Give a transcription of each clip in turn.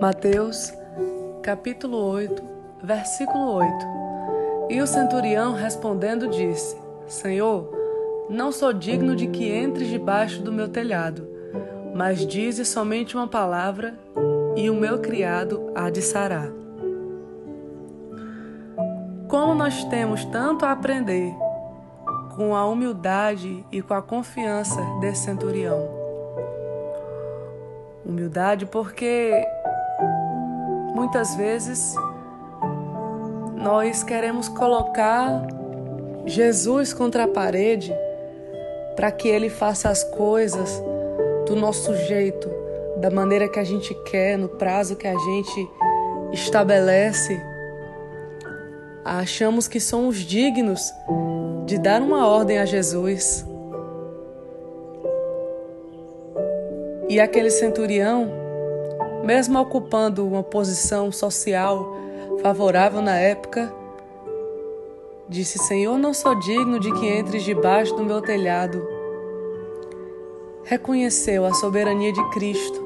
Mateus, capítulo 8, versículo 8. E o centurião respondendo disse: Senhor, não sou digno de que entres debaixo do meu telhado, mas dize somente uma palavra e o meu criado há de sarar. Como nós temos tanto a aprender com a humildade e com a confiança desse centurião. Humildade porque muitas vezes nós queremos colocar Jesus contra a parede para que Ele faça as coisas do nosso jeito, da maneira que a gente quer, no prazo que a gente estabelece. Achamos que somos dignos de dar uma ordem a Jesus. E aquele centurião, mesmo ocupando uma posição social favorável na época, disse: Senhor, não sou digno de que entres debaixo do meu telhado. Reconheceu a soberania de Cristo.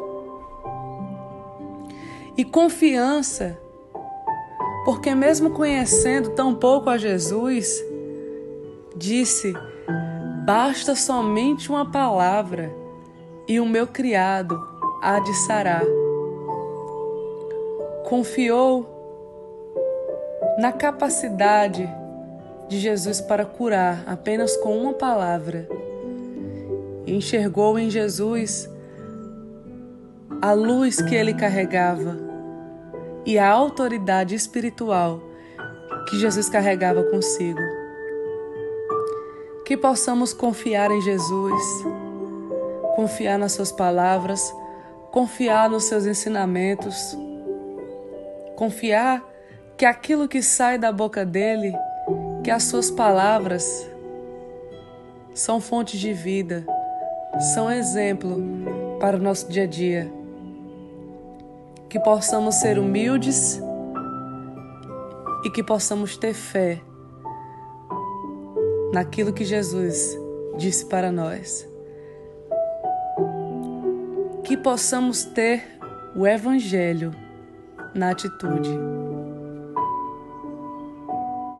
E confiança, porque mesmo conhecendo tão pouco a Jesus, disse: basta somente uma palavra e o meu criado há de sarar. Confiou na capacidade de Jesus para curar apenas com uma palavra. Enxergou em Jesus a luz que ele carregava e a autoridade espiritual que Jesus carregava consigo. Que possamos confiar em Jesus, confiar nas suas palavras, confiar nos seus ensinamentos, confiar que aquilo que sai da boca dele, que as suas palavras são fontes de vida, são exemplo para o nosso dia a dia. Que possamos ser humildes e que possamos ter fé naquilo que Jesus disse para nós. Que possamos ter o Evangelho na atitude.